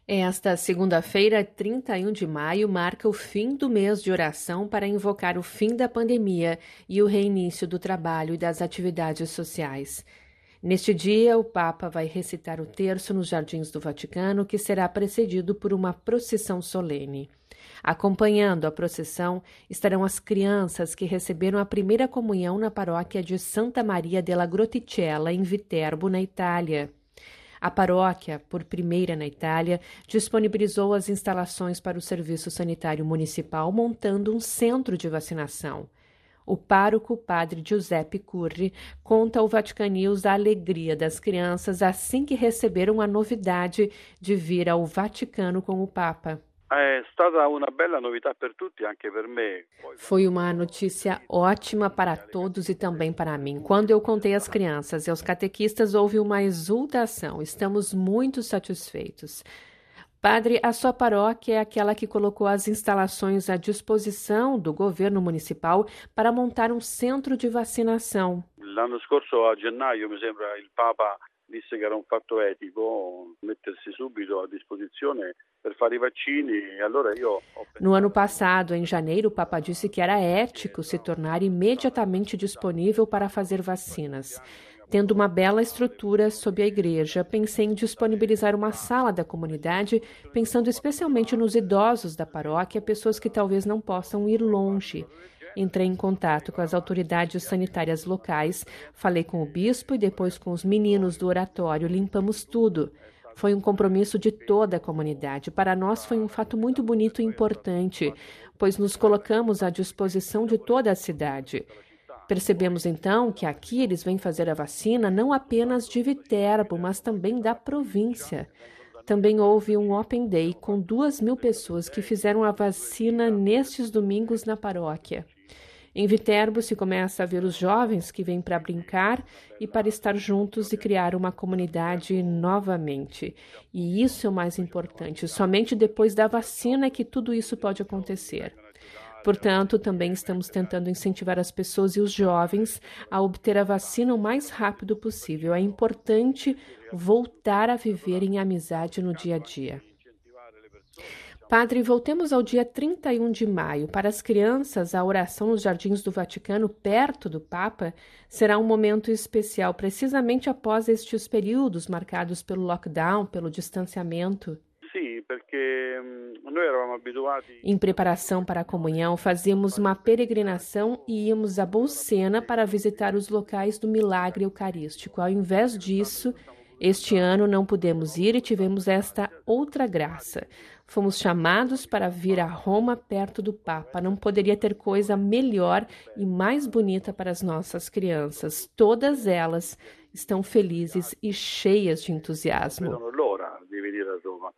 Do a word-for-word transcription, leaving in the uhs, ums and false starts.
Esta segunda-feira, trinta e um de maio, marca o fim do mês de oração para invocar o fim da pandemia e o reinício do trabalho e das atividades sociais. Neste dia, o Papa vai recitar o terço nos Jardins do Vaticano, que será precedido por uma procissão solene. Acompanhando a procissão estarão as crianças que receberam a primeira comunhão na paróquia de Santa Maria della Grotticella, em Viterbo, na Itália. A paróquia, por primeira na Itália, disponibilizou as instalações para o Serviço Sanitário Municipal, montando um centro de vacinação. O pároco, padre Giuseppe Curri, conta ao Vatican News a alegria das crianças assim que receberam a novidade de vir ao Vaticano com o Papa. É stata uma bella novità per tutti, anche per me. Foi uma notícia ótima para todos e também para mim. Quando eu contei às crianças e aos catequistas, houve uma exultação. Estamos muito satisfeitos. Padre, a sua paróquia é aquela que colocou as instalações à disposição do governo municipal para montar um centro de vacinação. L'anno scorso, a gennaio, mi sembra, il Papa disse che era un fatto etico mettersi subito a disposizione per fare i vaccini e allora io ho No ano passado, em janeiro, o Papa disse que era ético se tornar imediatamente disponível para fazer vacinas. Tendo uma bela estrutura sob a igreja, pensei em disponibilizar uma sala da comunidade, pensando especialmente nos idosos da paróquia, pessoas que talvez não possam ir longe. Entrei em contato com as autoridades sanitárias locais, falei com o bispo e depois com os meninos do oratório, limpamos tudo. Foi um compromisso de toda a comunidade. Para nós foi um fato muito bonito e importante, pois nos colocamos à disposição de toda a cidade. Percebemos então que aqui eles vêm fazer a vacina não apenas de Viterbo, mas também da província. Também houve um Open Day com duas mil pessoas que fizeram a vacina nestes domingos na paróquia. Em Viterbo se começa a ver os jovens que vêm para brincar e para estar juntos e criar uma comunidade novamente. E isso é o mais importante. Somente depois da vacina é que tudo isso pode acontecer. Portanto, também estamos tentando incentivar as pessoas e os jovens a obter a vacina o mais rápido possível. É importante voltar a viver em amizade no dia a dia. Padre, voltemos ao dia trinta e um de maio. Para as crianças, a oração nos Jardins do Vaticano, perto do Papa, será um momento especial, precisamente após estes períodos marcados pelo lockdown, pelo distanciamento. Sim, porque nós éramos habituados. Em preparação para a comunhão, fazíamos uma peregrinação e íamos a Bolsena para visitar os locais do milagre eucarístico. Ao invés disso, este ano não pudemos ir e tivemos esta outra graça. Fomos chamados para vir a Roma perto do Papa. Não poderia ter coisa melhor e mais bonita para as nossas crianças. Todas elas estão felizes e cheias de entusiasmo.